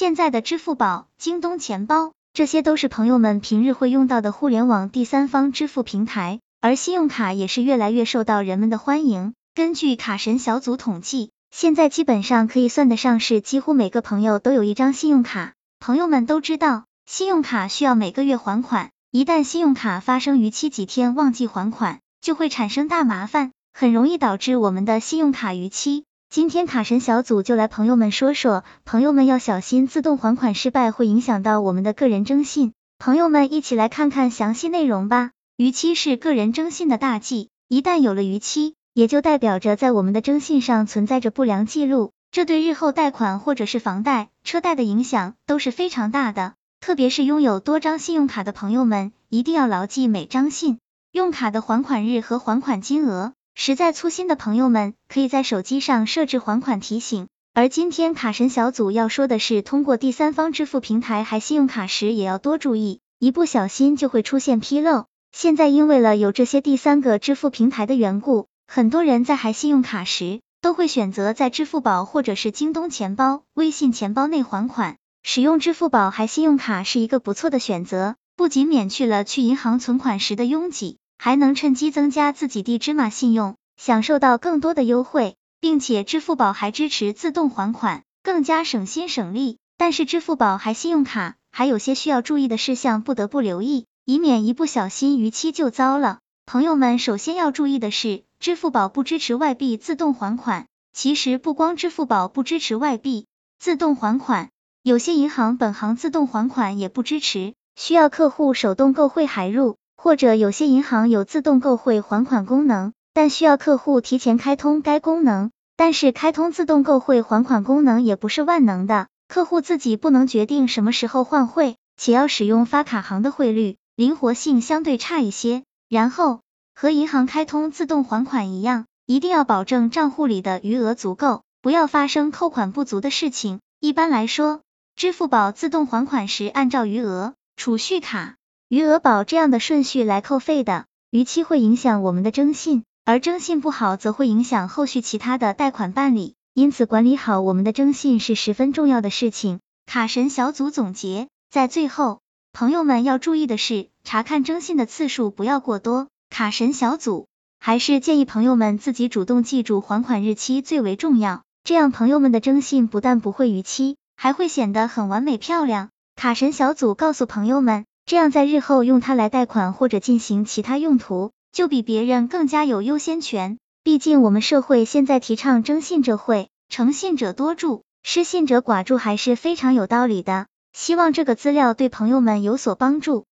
现在的支付宝、京东钱包，这些都是朋友们平日会用到的互联网第三方支付平台，而信用卡也是越来越受到人们的欢迎。根据卡神小组统计，现在基本上可以算得上是几乎每个朋友都有一张信用卡。朋友们都知道，信用卡需要每个月还款，一旦信用卡发生逾期几天忘记还款，就会产生大麻烦，很容易导致我们的信用卡逾期。今天卡神小组就来朋友们说说，朋友们要小心自动还款失败会影响到我们的个人征信。朋友们一起来看看详细内容吧。逾期是个人征信的大忌，一旦有了逾期，也就代表着在我们的征信上存在着不良记录，这对日后贷款或者是房贷、车贷的影响都是非常大的。特别是拥有多张信用卡的朋友们，一定要牢记每张信用卡的还款日和还款金额。实在粗心的朋友们，可以在手机上设置还款提醒。而今天卡神小组要说的是，通过第三方支付平台还信用卡时也要多注意，一不小心就会出现纰漏。现在因为了有这些第三个支付平台的缘故，很多人在还信用卡时都会选择在支付宝或者是京东钱包、微信钱包内还款。使用支付宝还信用卡是一个不错的选择，不仅免去了去银行存款时的拥挤，还能趁机增加自己的芝麻信用，享受到更多的优惠，并且支付宝还支持自动还款，更加省心省力。但是支付宝还信用卡还有些需要注意的事项不得不留意，以免一不小心逾期就糟了。朋友们首先要注意的是，支付宝不支持外币自动还款。其实不光支付宝不支持外币自动还款，有些银行本行自动还款也不支持，需要客户手动购汇海入，或者有些银行有自动购汇还款功能，但需要客户提前开通该功能。但是开通自动购汇还款功能也不是万能的，客户自己不能决定什么时候换汇，且要使用发卡行的汇率，灵活性相对差一些。然后和银行开通自动还款一样，一定要保证账户里的余额足够，不要发生扣款不足的事情。一般来说，支付宝自动还款时按照余额、储蓄卡、余额宝这样的顺序来扣费的，逾期会影响我们的征信，而征信不好则会影响后续其他的贷款办理，因此管理好我们的征信是十分重要的事情。卡神小组总结，在最后，朋友们要注意的是，查看征信的次数不要过多。卡神小组还是建议朋友们自己主动记住还款日期最为重要，这样朋友们的征信不但不会逾期，还会显得很完美漂亮。卡神小组告诉朋友们，这样在日后用它来贷款或者进行其他用途，就比别人更加有优先权。毕竟我们社会现在提倡征信者惠，诚信者多助，失信者寡助，还是非常有道理的。希望这个资料对朋友们有所帮助。